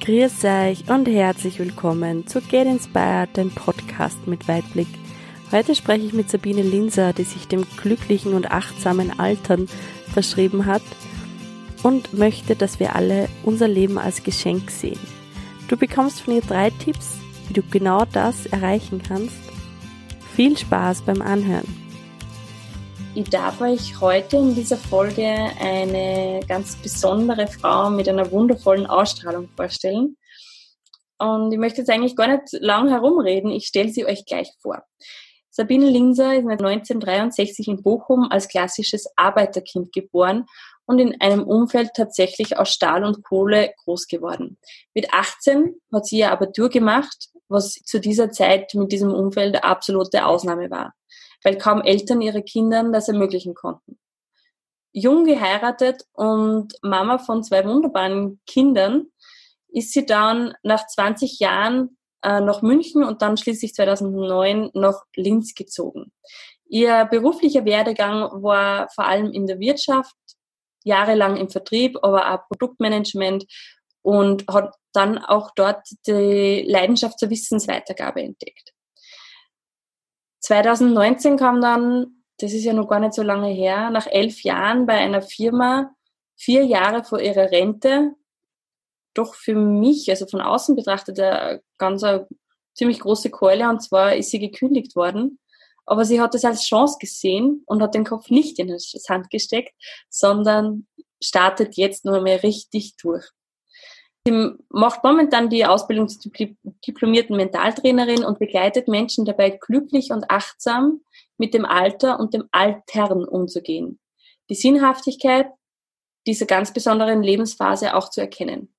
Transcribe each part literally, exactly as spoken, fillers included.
Grüß euch und herzlich willkommen zu Get Inspired, dem Podcast mit Weitblick. Heute spreche ich mit Sabine Linser, die sich dem glücklichen und achtsamen Altern verschrieben hat und möchte, dass wir alle unser Leben als Geschenk sehen. Du bekommst von ihr drei Tipps, wie du genau das erreichen kannst. Viel Spaß beim Anhören. Ich darf euch heute in dieser Folge eine ganz besondere Frau mit einer wundervollen Ausstrahlung vorstellen. Und ich möchte jetzt eigentlich gar nicht lang herumreden, ich stelle sie euch gleich vor. Sabine Linser ist neunzehnhundertdreiundsechzig in Bochum als klassisches Arbeiterkind geboren und in einem Umfeld tatsächlich aus Stahl und Kohle groß geworden. Mit achtzehn hat sie ihr Abitur gemacht, was zu dieser Zeit mit diesem Umfeld eine absolute Ausnahme war, weil kaum Eltern ihre Kindern das ermöglichen konnten. Jung geheiratet und Mama von zwei wunderbaren Kindern ist sie dann nach zwanzig Jahren äh, nach München und dann schließlich zweitausendneun nach Linz gezogen. Ihr beruflicher Werdegang war vor allem in der Wirtschaft, jahrelang im Vertrieb, aber auch Produktmanagement und hat dann auch dort die Leidenschaft zur Wissensweitergabe entdeckt. zweitausendneunzehn kam dann, das ist ja noch gar nicht so lange her, nach elf Jahren bei einer Firma, vier Jahre vor ihrer Rente, doch für mich, also von außen betrachtet, eine ganz eine ziemlich große Keule, und zwar ist sie gekündigt worden. Aber sie hat es als Chance gesehen und hat den Kopf nicht in das Sand gesteckt, sondern startet jetzt noch einmal richtig durch. Sie macht momentan die Ausbildung zur diplomierten Mentaltrainerin und begleitet Menschen dabei, glücklich und achtsam mit dem Alter und dem Altern umzugehen. Die Sinnhaftigkeit dieser ganz besonderen Lebensphase auch zu erkennen.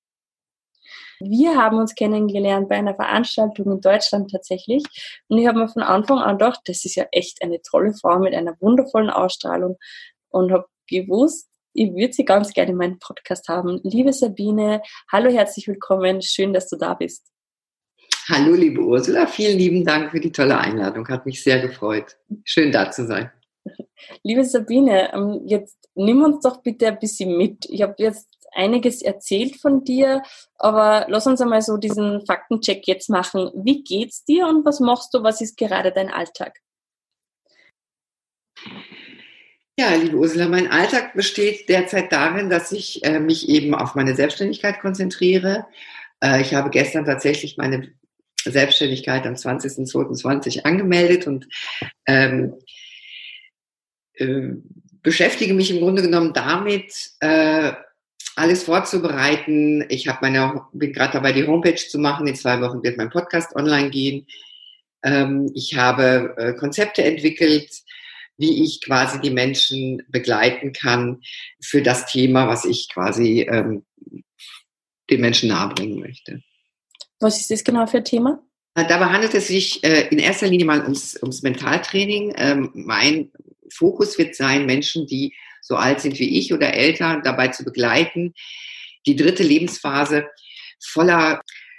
Wir haben uns kennengelernt bei einer Veranstaltung in Deutschland tatsächlich und ich habe mir von Anfang an gedacht, das ist ja echt eine tolle Frau mit einer wundervollen Ausstrahlung und habe gewusst, ich würde sie ganz gerne in meinem Podcast haben. Liebe Sabine, hallo, herzlich willkommen, schön, dass du da bist. Hallo, liebe Ursula, vielen lieben Dank für die tolle Einladung, hat mich sehr gefreut. Schön, da zu sein. Liebe Sabine, jetzt nimm uns doch bitte ein bisschen mit. Ich habe jetzt einiges erzählt von dir, aber lass uns einmal so diesen Faktencheck jetzt machen. Wie geht's dir und was machst du? Was ist gerade dein Alltag? Ja, liebe Ursula, mein Alltag besteht derzeit darin, dass ich äh, mich eben auf meine Selbstständigkeit konzentriere. Äh, ich habe gestern tatsächlich meine Selbstständigkeit am zwanzigsten zweiten zwanzig angemeldet und ähm, äh, beschäftige mich im Grunde genommen damit, äh, alles vorzubereiten. Ich habe meine, bin gerade dabei, die Homepage zu machen. In zwei Wochen wird mein Podcast online gehen. Ähm, ich habe äh, Konzepte entwickelt, wie ich quasi die Menschen begleiten kann für das Thema, was ich quasi ähm, den Menschen nahebringen möchte. Was ist das genau für ein Thema? Dabei handelt es sich äh, in erster Linie mal ums, ums Mentaltraining. Ähm, mein Fokus wird sein, Menschen, die so alt sind wie ich oder älter, dabei zu begleiten, die dritte Lebensphase voller,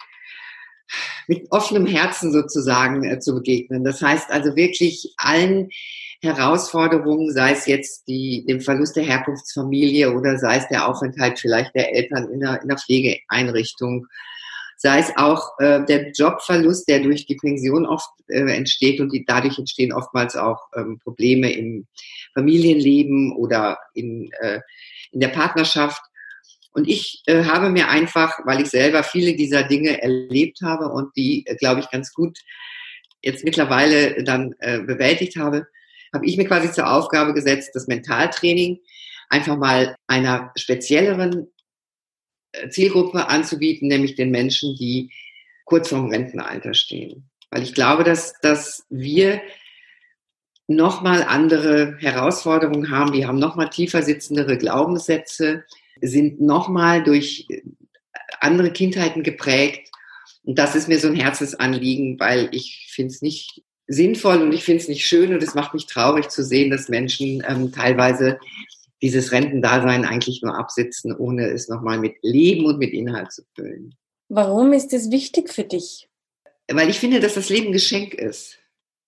mit offenem Herzen sozusagen äh, zu begegnen. Das heißt also wirklich allen Herausforderungen, sei es jetzt die, dem Verlust der Herkunftsfamilie oder sei es der Aufenthalt vielleicht der Eltern in einer, in einer Pflegeeinrichtung, sei es auch äh, der Jobverlust, der durch die Pension oft äh, entsteht und die, dadurch entstehen oftmals auch ähm, Probleme im Familienleben oder in, äh, in der Partnerschaft. Und ich äh, habe mir einfach, weil ich selber viele dieser Dinge erlebt habe und die, äh, glaube ich, ganz gut jetzt mittlerweile dann äh, bewältigt habe, habe ich mir quasi zur Aufgabe gesetzt, das Mentaltraining einfach mal einer spezielleren Zielgruppe anzubieten, nämlich den Menschen, die kurz vorm Rentenalter stehen. Weil ich glaube, dass, dass wir nochmal andere Herausforderungen haben, die haben nochmal tiefer sitzendere Glaubenssätze, sind nochmal durch andere Kindheiten geprägt. Und das ist mir so ein Herzensanliegen, weil ich finde es nicht sinnvoll und ich finde es nicht schön und es macht mich traurig zu sehen, dass Menschen ähm, teilweise dieses Rentendasein eigentlich nur absitzen, ohne es nochmal mit Leben und mit Inhalt zu füllen. Warum ist das wichtig für dich? Weil ich finde, dass das Leben ein Geschenk ist.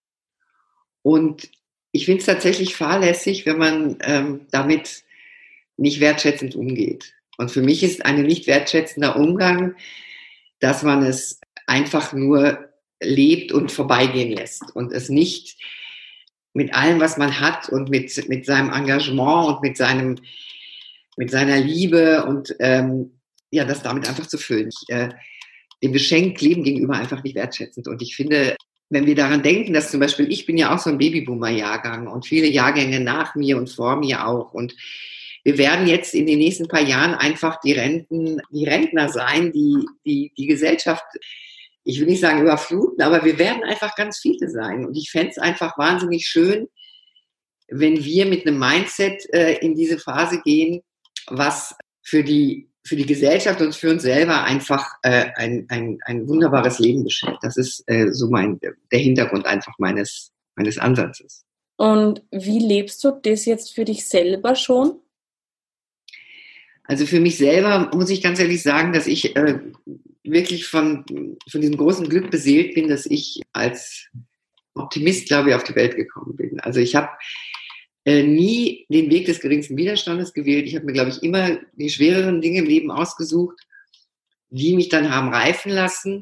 Und ich finde es tatsächlich fahrlässig, wenn man ähm, damit nicht wertschätzend umgeht. Und für mich ist ein nicht wertschätzender Umgang, dass man es einfach nur lebt und vorbeigehen lässt und es nicht mit allem, was man hat und mit, mit seinem Engagement und mit, seinem, mit seiner Liebe und ähm, ja, das damit einfach zu füllen. Ich, äh, dem Geschenk Leben gegenüber einfach nicht wertschätzend. Und ich finde, wenn wir daran denken, dass zum Beispiel, ich bin ja auch so ein Babyboomer-Jahrgang und viele Jahrgänge nach mir und vor mir auch. Und wir werden jetzt in den nächsten paar Jahren einfach die Renten, die Rentner sein, die, die, die Gesellschaft, ich will nicht sagen überfluten, aber wir werden einfach ganz viele sein. Und ich fände es einfach wahnsinnig schön, wenn wir mit einem Mindset äh, in diese Phase gehen, was für die, für die Gesellschaft und für uns selber einfach äh, ein, ein, ein wunderbares Leben beschert. Das ist äh, so mein, der Hintergrund einfach meines, meines Ansatzes. Und wie lebst du das jetzt für dich selber schon? Also für mich selber muss ich ganz ehrlich sagen, dass ich äh, wirklich von, von diesem großen Glück beseelt bin, dass ich als Optimist, glaube ich, auf die Welt gekommen bin. Also ich habe äh, nie den Weg des geringsten Widerstandes gewählt. Ich habe mir, glaube ich, immer die schwereren Dinge im Leben ausgesucht, die mich dann haben reifen lassen.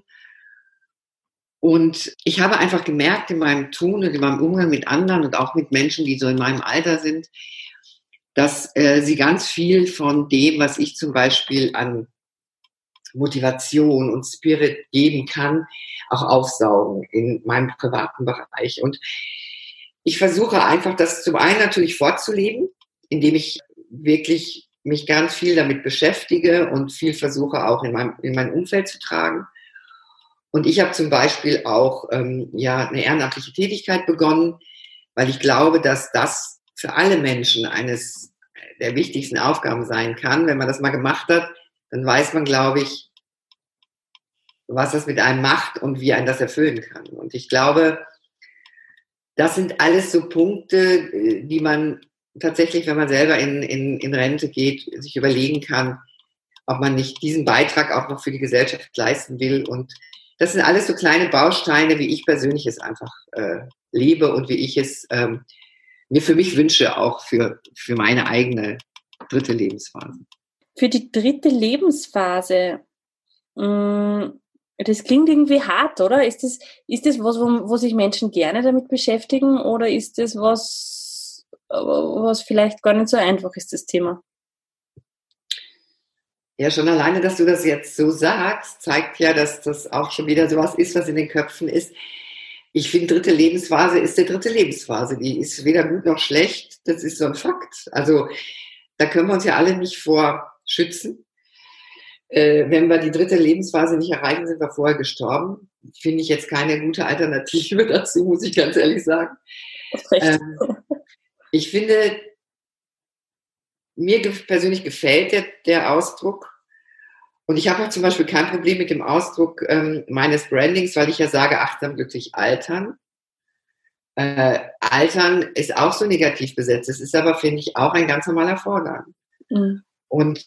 Und ich habe einfach gemerkt in meinem Tun und in meinem Umgang mit anderen und auch mit Menschen, die so in meinem Alter sind, dass äh, sie ganz viel von dem, was ich zum Beispiel an Motivation und Spirit geben kann, auch aufsaugen in meinem privaten Bereich. Und ich versuche einfach, das zum einen natürlich vorzuleben, indem ich wirklich mich ganz viel damit beschäftige und viel versuche auch in meinem, in mein Umfeld zu tragen. Und ich habe zum Beispiel auch ähm, ja, eine ehrenamtliche Tätigkeit begonnen, weil ich glaube, dass das für alle Menschen eines der wichtigsten Aufgaben sein kann. Wenn man das mal gemacht hat, dann weiß man, glaube ich, was das mit einem macht und wie einen das erfüllen kann. Und ich glaube, das sind alles so Punkte, die man tatsächlich, wenn man selber in, in, in Rente geht, sich überlegen kann, ob man nicht diesen Beitrag auch noch für die Gesellschaft leisten will. Und das sind alles so kleine Bausteine, wie ich persönlich es einfach äh, lebe und wie ich es ähm, mir für mich wünsche, auch für, für meine eigene dritte Lebensphase. Für die dritte Lebensphase, mh, das klingt irgendwie hart, oder? Ist das, ist das was, wo, wo sich Menschen gerne damit beschäftigen, oder ist das was, was vielleicht gar nicht so einfach ist, das Thema? Ja, schon alleine, dass du das jetzt so sagst, zeigt ja, dass das auch schon wieder sowas ist, was in den Köpfen ist. Ich finde, dritte Lebensphase ist der dritte Lebensphase. Die ist weder gut noch schlecht. Das ist so ein Fakt. Also da können wir uns ja alle nicht vor schützen. Äh, wenn wir die dritte Lebensphase nicht erreichen, sind wir vorher gestorben. Finde ich jetzt keine gute Alternative dazu, muss ich ganz ehrlich sagen. Ähm, ich finde, mir persönlich gefällt der, der Ausdruck. Und ich habe auch zum Beispiel kein Problem mit dem Ausdruck ähm, meines Brandings, weil ich ja sage, achtsam glücklich altern. Äh, altern ist auch so negativ besetzt. Es ist aber, finde ich, auch ein ganz normaler Vorgang. Mhm. Und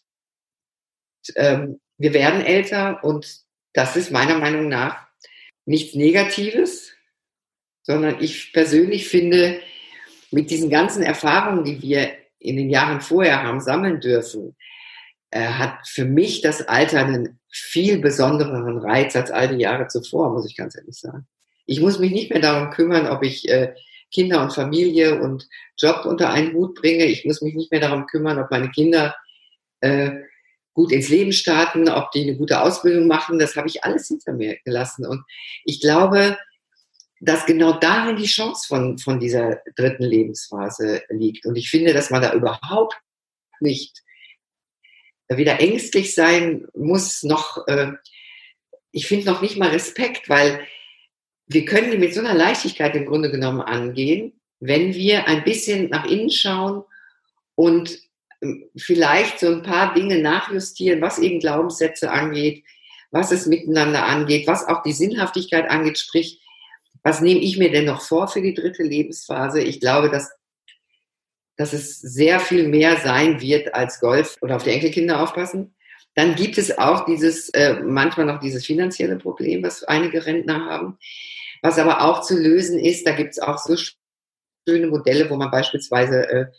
ähm, wir werden älter und das ist meiner Meinung nach nichts Negatives, sondern ich persönlich finde, mit diesen ganzen Erfahrungen, die wir in den Jahren vorher haben sammeln dürfen, äh, hat für mich das Alter einen viel besondereren Reiz als all die Jahre zuvor, muss ich ganz ehrlich sagen. Ich muss mich nicht mehr darum kümmern, ob ich äh, Kinder und Familie und Job unter einen Hut bringe. Ich muss mich nicht mehr darum kümmern, ob meine Kinder äh, gut ins Leben starten, ob die eine gute Ausbildung machen. Das habe ich alles hinter mir gelassen. Und ich glaube, dass genau darin die Chance von, von dieser dritten Lebensphase liegt. Und ich finde, dass man da überhaupt nicht weder ängstlich sein muss, noch, äh, ich finde noch nicht mal Respekt, weil wir können die mit so einer Leichtigkeit im Grunde genommen angehen, wenn wir ein bisschen nach innen schauen und vielleicht so ein paar Dinge nachjustieren, was eben Glaubenssätze angeht, was es miteinander angeht, was auch die Sinnhaftigkeit angeht, sprich, was nehme ich mir denn noch vor für die dritte Lebensphase? Ich glaube, dass, dass es sehr viel mehr sein wird als Golf oder auf die Enkelkinder aufpassen. Dann gibt es auch dieses, äh, manchmal noch dieses finanzielle Problem, was einige Rentner haben. Was aber auch zu lösen ist, da gibt es auch so schöne Modelle, wo man beispielsweise äh,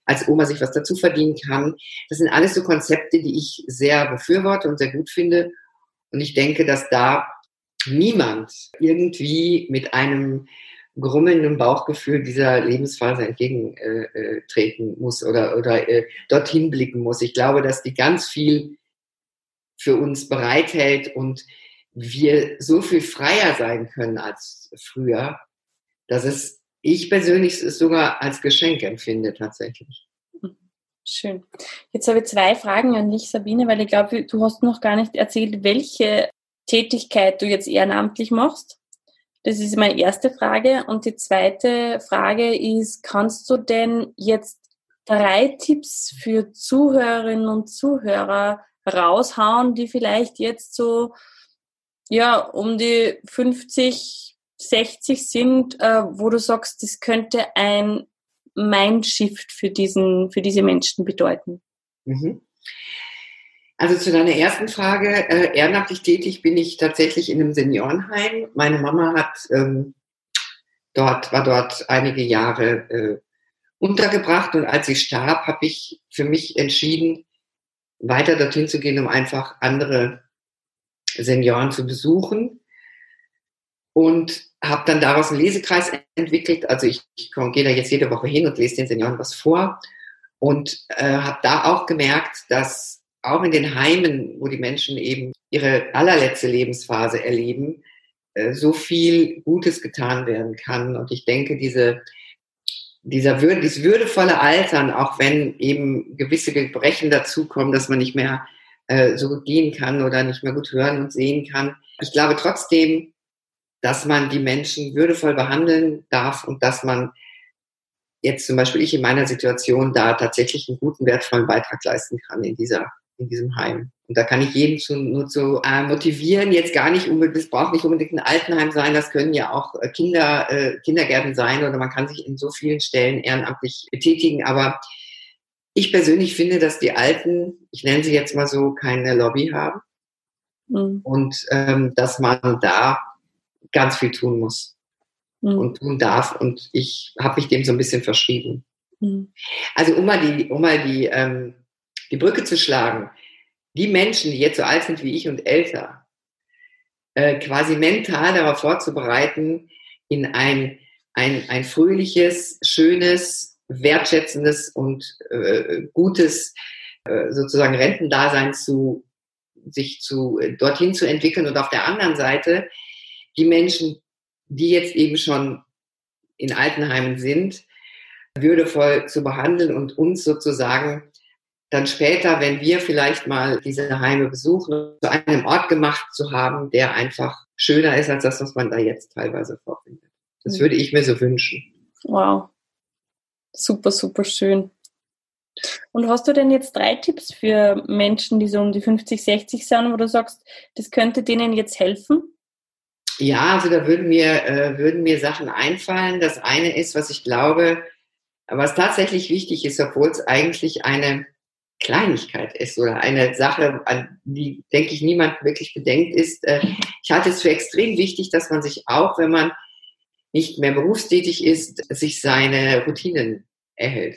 als Oma sich was dazu verdienen kann. Das sind alles so Konzepte, die ich sehr befürworte und sehr gut finde. Und ich denke, dass da niemand irgendwie mit einem grummelnden Bauchgefühl dieser Lebensphase entgegentreten äh, muss oder, oder äh, dorthin blicken muss. Ich glaube, dass die ganz viel für uns bereithält und wir so viel freier sein können als früher, dass es ich persönlich es sogar als Geschenk empfinde tatsächlich. Schön. Jetzt habe ich zwei Fragen an dich, Sabine, weil ich glaube, du hast noch gar nicht erzählt, welche Tätigkeit du jetzt ehrenamtlich machst. Das ist meine erste Frage. Und die zweite Frage ist, kannst du denn jetzt drei Tipps für Zuhörerinnen und Zuhörer raushauen, die vielleicht jetzt so ja um die fünfzig, sechzig sind, äh, wo du sagst, das könnte ein Mindshift für diesen, für diese Menschen bedeuten? Mhm. Also zu deiner ersten Frage, äh, ehrenamtlich tätig bin ich tatsächlich in einem Seniorenheim. Meine Mama hat ähm, dort, war dort einige Jahre äh, untergebracht und als sie starb, habe ich für mich entschieden, weiter dorthin zu gehen, um einfach andere Senioren zu besuchen. Und habe dann daraus einen Lesekreis entwickelt. Also ich, ich gehe da jetzt jede Woche hin und lese den Senioren was vor. Und äh, habe da auch gemerkt, dass auch in den Heimen, wo die Menschen eben ihre allerletzte Lebensphase erleben, äh, so viel Gutes getan werden kann. Und ich denke, diese, dieser Würde, dieses würdevolle Altern, auch wenn eben gewisse Gebrechen dazukommen, dass man nicht mehr äh, so gut gehen kann oder nicht mehr gut hören und sehen kann. Ich glaube trotzdem, dass man die Menschen würdevoll behandeln darf und dass man jetzt zum Beispiel ich in meiner Situation da tatsächlich einen guten, wertvollen Beitrag leisten kann in dieser, in diesem Heim. Und da kann ich jeden zu, nur zu äh, motivieren, jetzt gar nicht unbedingt, das braucht nicht unbedingt ein Altenheim sein, das können ja auch Kinder, äh, Kindergärten sein oder man kann sich in so vielen Stellen ehrenamtlich betätigen. Aber ich persönlich finde, dass die Alten, ich nenne sie jetzt mal so, keine Lobby haben mhm. und ähm, dass man da ganz viel tun muss mhm. und tun darf. Und ich habe mich dem so ein bisschen verschrieben. Mhm. Also um mal die, um mal die, ähm, die Brücke zu schlagen, die Menschen, die jetzt so alt sind wie ich und älter, äh, quasi mental darauf vorzubereiten, in ein, ein, ein fröhliches, schönes, wertschätzendes und äh, gutes äh, sozusagen Rentendasein zu sich zu äh, dorthin zu entwickeln und auf der anderen Seite die Menschen, die jetzt eben schon in Altenheimen sind, würdevoll zu behandeln und uns sozusagen dann später, wenn wir vielleicht mal diese Heime besuchen, zu einem Ort gemacht zu haben, der einfach schöner ist als das, was man da jetzt teilweise vorfindet. Das würde ich mir so wünschen. Wow. Super, super schön. Und hast du denn jetzt drei Tipps für Menschen, die so um die fünfzig, sechzig sind, wo du sagst, das könnte denen jetzt helfen? Ja, also da würden mir, äh, würden mir Sachen einfallen. Das eine ist, was ich glaube, was tatsächlich wichtig ist, obwohl es eigentlich eine Kleinigkeit ist oder eine Sache, an die, denke ich, niemand wirklich bedenkt, ist, äh, ich halte es für extrem wichtig, dass man sich auch, wenn man nicht mehr berufstätig ist, sich seine Routinen erhält.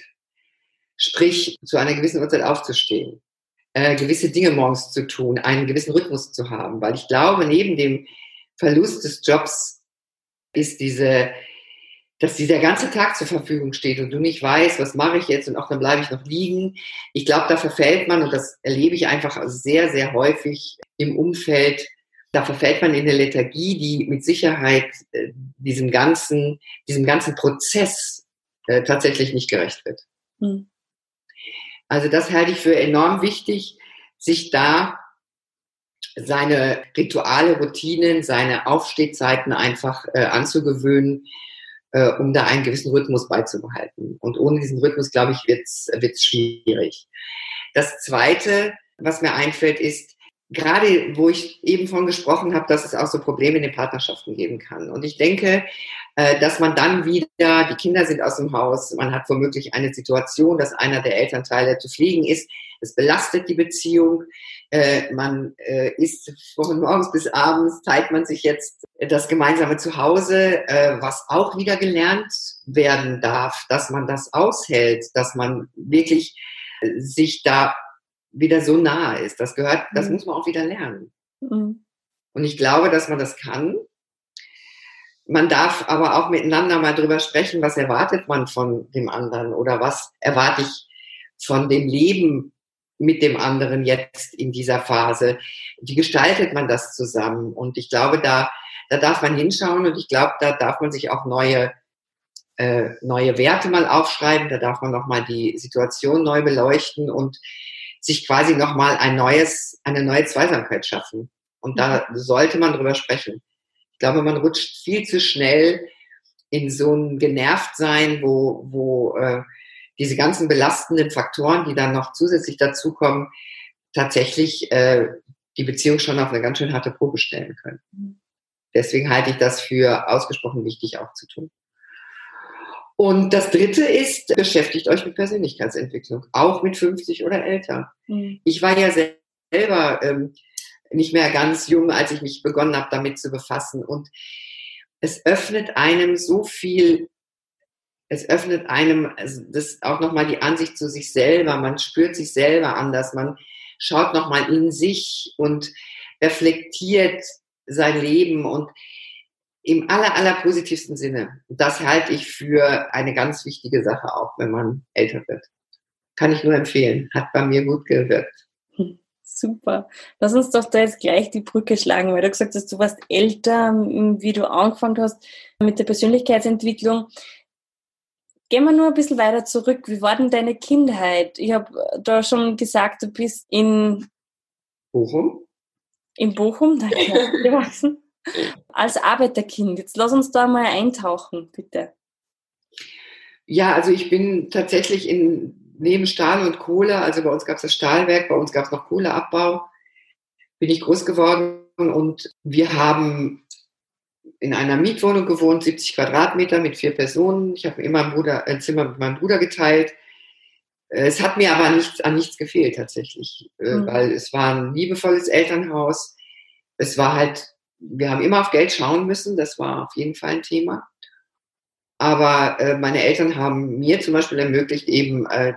Sprich, zu einer gewissen Uhrzeit aufzustehen, äh, gewisse Dinge morgens zu tun, einen gewissen Rhythmus zu haben. Weil ich glaube, neben dem Verlust des Jobs ist diese, dass dieser ganze Tag zur Verfügung steht und du nicht weißt, was mache ich jetzt und auch dann bleibe ich noch liegen. Ich glaube, da verfällt man, und das erlebe ich einfach sehr, sehr häufig im Umfeld, da verfällt man in eine Lethargie, die mit Sicherheit äh, diesem ganzen, diesem ganzen Prozess äh, tatsächlich nicht gerecht wird. Mhm. Also das halte ich für enorm wichtig, sich da seine Rituale, Routinen, seine Aufstehzeiten einfach äh, anzugewöhnen, äh, um da einen gewissen Rhythmus beizubehalten. Und ohne diesen Rhythmus, glaube ich, wird's wird's schwierig. Das Zweite, was mir einfällt, ist, gerade wo ich eben von gesprochen habe, dass es auch so Probleme in den Partnerschaften geben kann. Und ich denke, dass man dann wieder, die Kinder sind aus dem Haus, man hat womöglich eine Situation, dass einer der Elternteile zu pflegen ist. Es belastet die Beziehung. Man ist von morgens bis abends, teilt man sich jetzt das gemeinsame Zuhause, was auch wieder gelernt werden darf, dass man das aushält, dass man wirklich sich da wieder so nahe ist. Das gehört, das mhm. muss man auch wieder lernen. Mhm. Und ich glaube, dass man das kann. Man darf aber auch miteinander mal drüber sprechen, was erwartet man von dem anderen oder was erwarte ich von dem Leben mit dem anderen jetzt in dieser Phase. Wie gestaltet man das zusammen? Und ich glaube, da, da darf man hinschauen und ich glaube, da darf man sich auch neue, äh, neue Werte mal aufschreiben. Da darf man nochmal die Situation neu beleuchten und sich quasi nochmal ein neues, eine neue Zweisamkeit schaffen. Und da sollte man drüber sprechen. Ich glaube, man rutscht viel zu schnell in so ein Genervtsein, wo, wo äh, diese ganzen belastenden Faktoren, die dann noch zusätzlich dazukommen, tatsächlich äh, die Beziehung schon auf eine ganz schön harte Probe stellen können. Deswegen halte ich das für ausgesprochen wichtig auch zu tun. Und das Dritte ist, beschäftigt euch mit Persönlichkeitsentwicklung, auch mit fünfzig oder älter. Mhm. Ich war ja selber ähm, nicht mehr ganz jung, als ich mich begonnen habe, damit zu befassen. Und es öffnet einem so viel, es öffnet einem also das auch nochmal die Ansicht zu sich selber. Man spürt sich selber anders, man schaut nochmal in sich und reflektiert sein Leben und im aller, aller positivsten Sinne. Das halte ich für eine ganz wichtige Sache auch, wenn man älter wird. Kann ich nur empfehlen. Hat bei mir gut gewirkt. Super. Lass uns doch da jetzt gleich die Brücke schlagen, weil du gesagt hast, du warst älter, wie du angefangen hast mit der Persönlichkeitsentwicklung. Gehen wir nur ein bisschen weiter zurück. Wie war denn deine Kindheit? Ich habe da schon gesagt, du bist in Bochum. In Bochum, danke, gewachsen. Als Arbeiterkind. Jetzt lass uns da mal eintauchen, bitte. Ja, also ich bin tatsächlich in, neben Stahl und Kohle, also bei uns gab es das Stahlwerk, bei uns gab es noch Kohleabbau, bin ich groß geworden und wir haben in einer Mietwohnung gewohnt, siebzig Quadratmeter mit vier Personen. Ich habe immer ein, Bruder, ein Zimmer mit meinem Bruder geteilt. Es hat mir aber nichts, an nichts gefehlt tatsächlich, mhm. weil es war ein liebevolles Elternhaus. Es war halt, wir haben immer auf Geld schauen müssen, das war auf jeden Fall ein Thema. Aber äh, meine Eltern haben mir zum Beispiel ermöglicht, eben äh,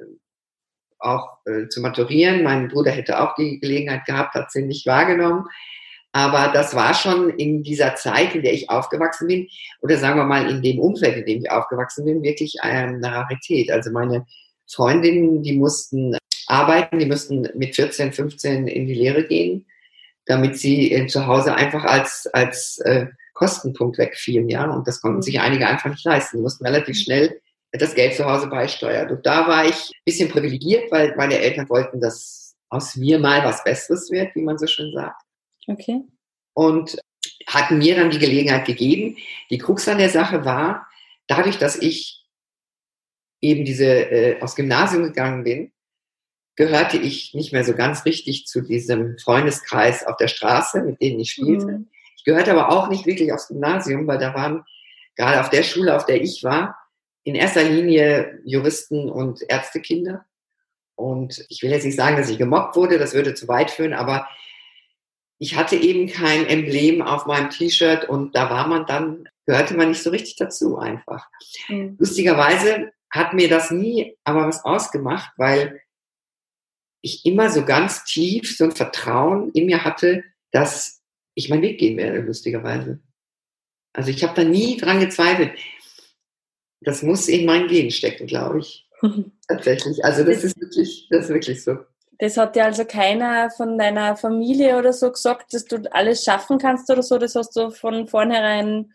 auch äh, zu maturieren. Mein Bruder hätte auch die Gelegenheit gehabt, hat sie nicht wahrgenommen. Aber das war schon in dieser Zeit, in der ich aufgewachsen bin, oder sagen wir mal in dem Umfeld, in dem ich aufgewachsen bin, wirklich eine Rarität. Also meine Freundinnen, die mussten arbeiten, die mussten mit vierzehn, fünfzehn in die Lehre gehen, damit sie äh, zu Hause einfach als, als äh, Kostenpunkt wegfielen, ja. Und das konnten sich einige einfach nicht leisten. Die mussten relativ schnell das Geld zu Hause beisteuern. Und da war ich ein bisschen privilegiert, weil meine Eltern wollten, dass aus mir mal was Besseres wird, wie man so schön sagt. Okay. Und hatten mir dann die Gelegenheit gegeben. Die Krux an der Sache war, dadurch, dass ich eben diese äh, aufs Gymnasium gegangen bin, gehörte ich nicht mehr so ganz richtig zu diesem Freundeskreis auf der Straße, mit denen ich spielte. Mhm. Ich gehörte aber auch nicht wirklich aufs Gymnasium, weil da waren gerade auf der Schule, auf der ich war, in erster Linie Juristen und Ärztekinder. Und ich will jetzt nicht sagen, dass ich gemobbt wurde, das würde zu weit führen, aber ich hatte eben kein Emblem auf meinem T-Shirt und da war man dann, gehörte man nicht so richtig dazu einfach. Mhm. Lustigerweise hat mir das nie aber was ausgemacht, weil ich immer so ganz tief so ein Vertrauen in mir hatte, dass ich meinen Weg gehen werde, lustigerweise. Also ich habe da nie dran gezweifelt. Das muss in meinen Genen stecken, glaube ich. Tatsächlich. Also das ist wirklich, das ist wirklich so. Das hat dir also keiner von deiner Familie oder so gesagt, dass du alles schaffen kannst oder so? Das hast du von vornherein...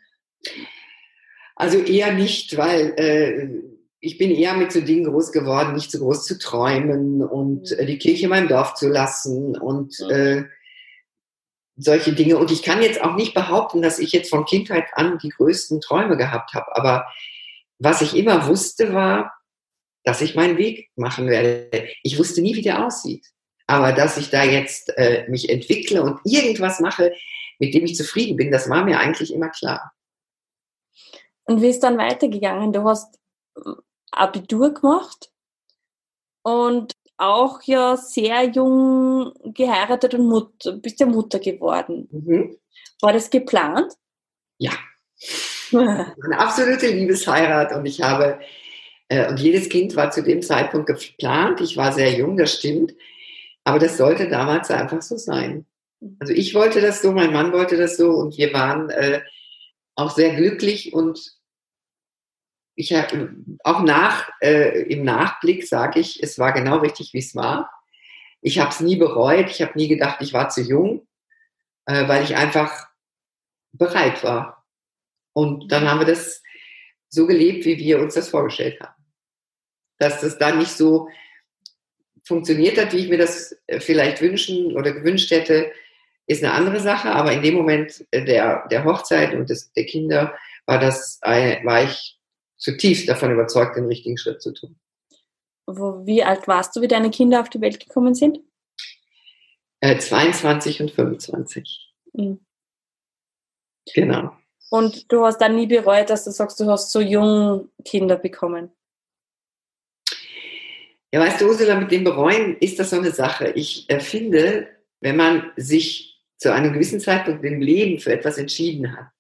Also eher nicht, weil äh, ich bin eher mit so Dingen groß geworden, nicht so groß zu träumen und äh, die Kirche in meinem Dorf zu lassen und äh, solche Dinge. Und ich kann jetzt auch nicht behaupten, dass ich jetzt von Kindheit an die größten Träume gehabt habe. Aber was ich immer wusste, war, dass ich meinen Weg machen werde. Ich wusste nie, wie der aussieht. Aber dass ich da jetzt äh, mich entwickle und irgendwas mache, mit dem ich zufrieden bin, das war mir eigentlich immer klar. Und wie ist dann weitergegangen? Du hast Abitur gemacht und auch ja sehr jung geheiratet und Mutter, bist ja Mutter geworden. Mhm. War das geplant? Ja. Eine absolute Liebesheirat und ich habe, äh, und jedes Kind war zu dem Zeitpunkt geplant. Ich war sehr jung, das stimmt. Aber das sollte damals einfach so sein. Also ich wollte das so, mein Mann wollte das so und wir waren äh, auch sehr glücklich und ich habe auch nach, äh, im Nachblick sage ich, es war genau richtig, wie es war. Ich habe es nie bereut, ich habe nie gedacht, ich war zu jung, äh, weil ich einfach bereit war. Und dann haben wir das so gelebt, wie wir uns das vorgestellt haben. Dass das dann nicht so funktioniert hat, wie ich mir das vielleicht wünschen oder gewünscht hätte, ist eine andere Sache. Aber in dem Moment der, der Hochzeit und des, der Kinder war, das, war ich zutiefst davon überzeugt, den richtigen Schritt zu tun. Wo, wie alt warst du, wie deine Kinder auf die Welt gekommen sind? Äh, zweiundzwanzig und fünfundzwanzig. Mhm. Genau. Und du hast dann nie bereut, dass du sagst, du hast so jung Kinder bekommen? Ja, weißt du, Ursula, mit dem Bereuen ist das so eine Sache. Ich äh, finde, wenn man sich zu einem gewissen Zeitpunkt im Leben für etwas entschieden hat,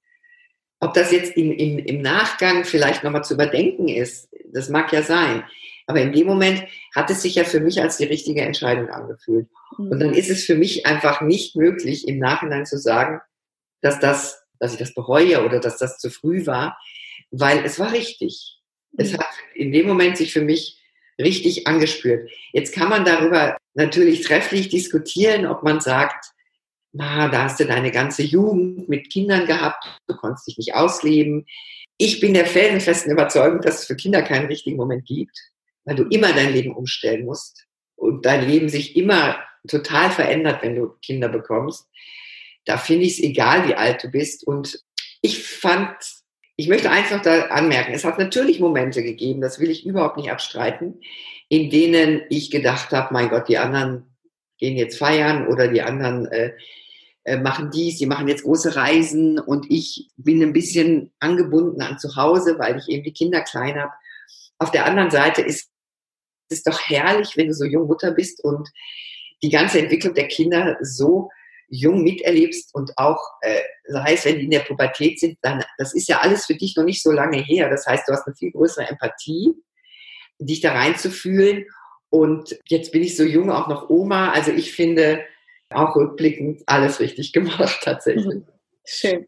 ob das jetzt im, im, im Nachgang vielleicht nochmal zu überdenken ist, das mag ja sein. Aber in dem Moment hat es sich ja für mich als die richtige Entscheidung angefühlt. Mhm. Und dann ist es für mich einfach nicht möglich, im Nachhinein zu sagen, dass das, dass ich das bereue oder dass das zu früh war, weil es war richtig. Mhm. Es hat in dem Moment sich für mich richtig angespürt. Jetzt kann man darüber natürlich trefflich diskutieren, ob man sagt, na, da hast du deine ganze Jugend mit Kindern gehabt, du konntest dich nicht ausleben. Ich bin der felsenfesten Überzeugung, dass es für Kinder keinen richtigen Moment gibt, weil du immer dein Leben umstellen musst und dein Leben sich immer total verändert, wenn du Kinder bekommst. Da finde ich es egal, wie alt du bist. Und ich fand, ich möchte einfach da anmerken, es hat natürlich Momente gegeben, das will ich überhaupt nicht abstreiten, in denen ich gedacht habe, mein Gott, die anderen gehen jetzt feiern oder die anderen äh, äh, machen dies, die machen jetzt große Reisen und ich bin ein bisschen angebunden an zu Hause, weil ich eben die Kinder klein habe. Auf der anderen Seite ist es doch herrlich, wenn du so jung Mutter bist und die ganze Entwicklung der Kinder so jung miterlebst und auch, äh, sei es, wenn die in der Pubertät sind, dann, das ist ja alles für dich noch nicht so lange her. Das heißt, du hast eine viel größere Empathie, dich da reinzufühlen. Und jetzt bin ich so jung, auch noch Oma. Also ich finde, auch rückblickend alles richtig gemacht, tatsächlich. Schön.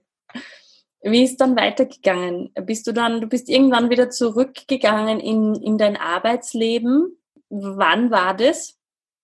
Wie ist dann weitergegangen? Bist du dann, du bist irgendwann wieder zurückgegangen in, in dein Arbeitsleben. Wann war das?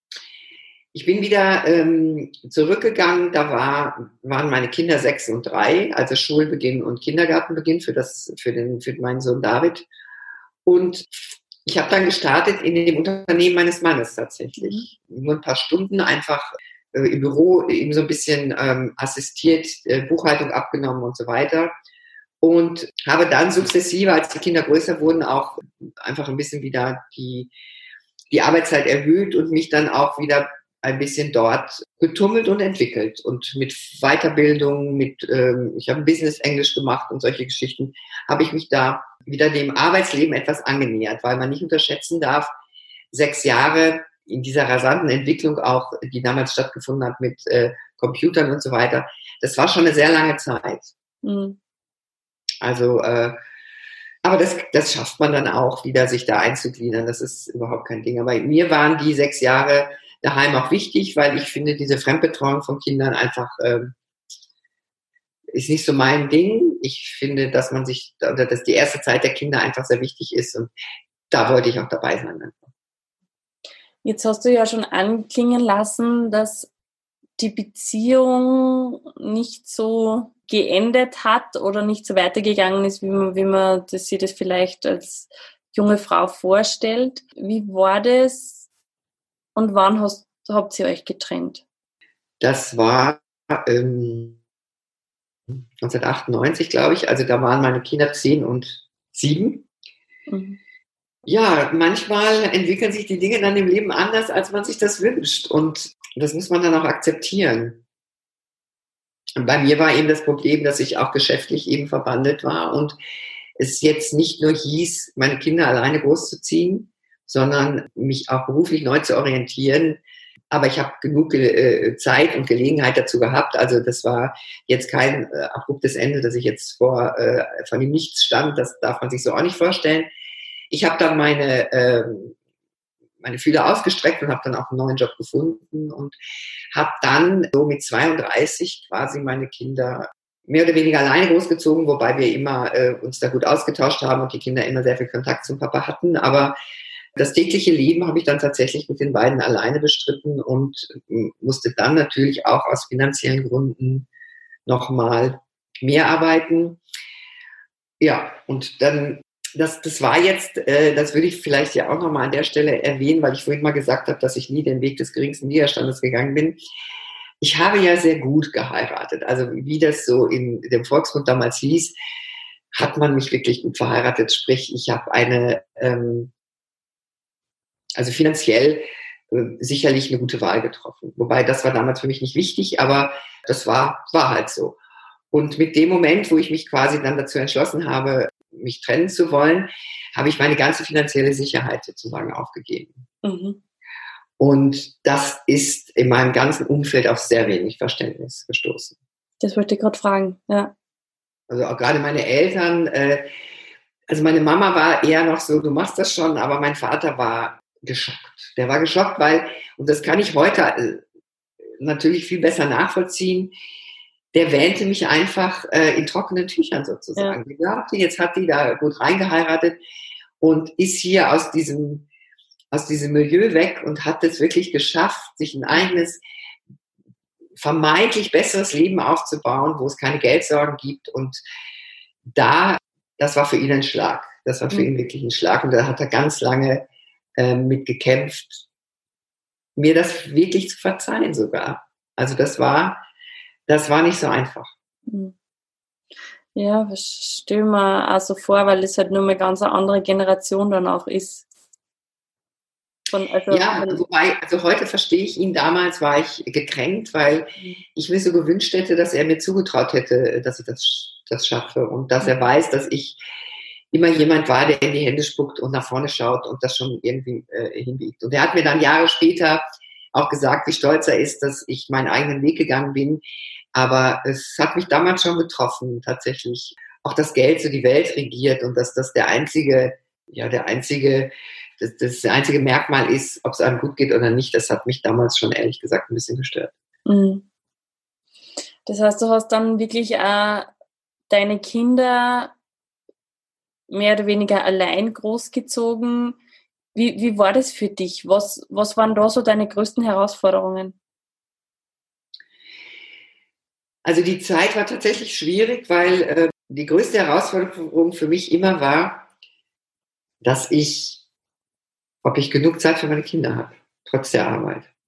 Ich bin wieder ähm, zurückgegangen, da war, waren meine Kinder sechs und drei, also Schulbeginn und Kindergartenbeginn für, das, für, den, für meinen Sohn David. Und ich habe dann gestartet in dem Unternehmen meines Mannes tatsächlich. Mhm. Nur ein paar Stunden einfach äh, im Büro eben so ein bisschen ähm, assistiert, äh, Buchhaltung abgenommen und so weiter. Und habe dann sukzessive, als die Kinder größer wurden, auch einfach ein bisschen wieder die, die Arbeitszeit erhöht und mich dann auch wieder ein bisschen dort getummelt und entwickelt und mit Weiterbildung, mit ähm, ich habe Business Englisch gemacht und solche Geschichten, habe ich mich da wieder dem Arbeitsleben etwas angenähert, weil man nicht unterschätzen darf, sechs Jahre in dieser rasanten Entwicklung auch, die damals stattgefunden hat mit äh, Computern und so weiter, das war schon eine sehr lange Zeit. Mhm. Also, äh, aber das, das schafft man dann auch wieder, sich da einzugliedern, das ist überhaupt kein Ding. Aber mir waren die sechs Jahre daheim auch wichtig, weil ich finde, diese Fremdbetreuung von Kindern einfach ähm, ist nicht so mein Ding. Ich finde, dass man sich, oder dass die erste Zeit der Kinder einfach sehr wichtig ist und da wollte ich auch dabei sein. Jetzt hast du ja schon anklingen lassen, dass die Beziehung nicht so geendet hat oder nicht so weitergegangen ist, wie man, wie man das, sich das vielleicht als junge Frau vorstellt. Wie war das? Und wann hast, habt ihr euch getrennt? Das war ähm, neunzehnhundertachtundneunzig, glaube ich. Also da waren meine Kinder zehn und sieben. Mhm. Ja, manchmal entwickeln sich die Dinge dann im Leben anders, als man sich das wünscht. Und das muss man dann auch akzeptieren. Und bei mir war eben das Problem, dass ich auch geschäftlich eben verwandelt war und es jetzt nicht nur hieß, meine Kinder alleine großzuziehen, sondern mich auch beruflich neu zu orientieren. Aber ich habe genug äh, Zeit und Gelegenheit dazu gehabt. Also das war jetzt kein äh, abruptes Ende, dass ich jetzt vor, äh, von dem Nichts stand. Das darf man sich so auch nicht vorstellen. Ich habe dann meine, äh, meine Fühler ausgestreckt und habe dann auch einen neuen Job gefunden und habe dann so mit zweiunddreißig quasi meine Kinder mehr oder weniger alleine großgezogen, wobei wir immer äh, uns da gut ausgetauscht haben und die Kinder immer sehr viel Kontakt zum Papa hatten. Aber das tägliche Leben habe ich dann tatsächlich mit den beiden alleine bestritten und musste dann natürlich auch aus finanziellen Gründen nochmal mehr arbeiten. Ja, und dann, das, das war jetzt, äh, das würde ich vielleicht ja auch nochmal an der Stelle erwähnen, weil ich vorhin mal gesagt habe, dass ich nie den Weg des geringsten Widerstandes gegangen bin. Ich habe ja sehr gut geheiratet. Also wie das so in dem Volksmund damals hieß, hat man mich wirklich gut verheiratet. Sprich, ich habe eine, ähm, also finanziell äh, sicherlich eine gute Wahl getroffen. Wobei das war damals für mich nicht wichtig, aber das war, war halt so. Und mit dem Moment, wo ich mich quasi dann dazu entschlossen habe, mich trennen zu wollen, habe ich meine ganze finanzielle Sicherheit sozusagen aufgegeben. Mhm. Und das ist in meinem ganzen Umfeld auf sehr wenig Verständnis gestoßen. Das wollte ich gerade fragen, ja. Also auch gerade meine Eltern, äh, also meine Mama war eher noch so, du machst das schon, aber mein Vater war geschockt. Der war geschockt, weil, und das kann ich heute äh, natürlich viel besser nachvollziehen, der wähnte mich einfach äh, in trockenen Tüchern sozusagen. Ja. Ich glaubte, jetzt hat die da gut reingeheiratet und ist hier aus diesem aus diesem Milieu weg und hat es wirklich geschafft, sich ein eigenes, vermeintlich besseres Leben aufzubauen, wo es keine Geldsorgen gibt. Und da, das war für ihn ein Schlag. Das war für ihn wirklich ein Schlag. Und da hat er ganz lange äh, mit gekämpft, mir das wirklich zu verzeihen sogar. Also das war, das war nicht so einfach. Ja, das stelle ich mir auch so vor, weil es halt nur eine ganz andere Generation dann auch ist. Von, also, ja, wobei, also heute verstehe ich ihn, damals war ich gekränkt, weil ich mir so gewünscht hätte, dass er mir zugetraut hätte, dass ich das, das schaffe und dass er weiß, dass ich immer jemand war, der in die Hände spuckt und nach vorne schaut und das schon irgendwie äh, hinbiegt. Und er hat mir dann Jahre später auch gesagt, wie stolz er ist, dass ich meinen eigenen Weg gegangen bin, aber es hat mich damals schon getroffen, tatsächlich. Auch das Geld so die Welt regiert und dass das der einzige, ja, der einzige Das, das einzige Merkmal ist, ob es einem gut geht oder nicht, das hat mich damals schon ehrlich gesagt ein bisschen gestört. Das heißt, du hast dann wirklich auch deine Kinder mehr oder weniger allein großgezogen. Wie, wie war das für dich? Was, was waren da so deine größten Herausforderungen? Also die Zeit war tatsächlich schwierig, weil äh, die größte Herausforderung für mich immer war, dass ich ob ich genug Zeit für meine Kinder habe, trotz der Arbeit.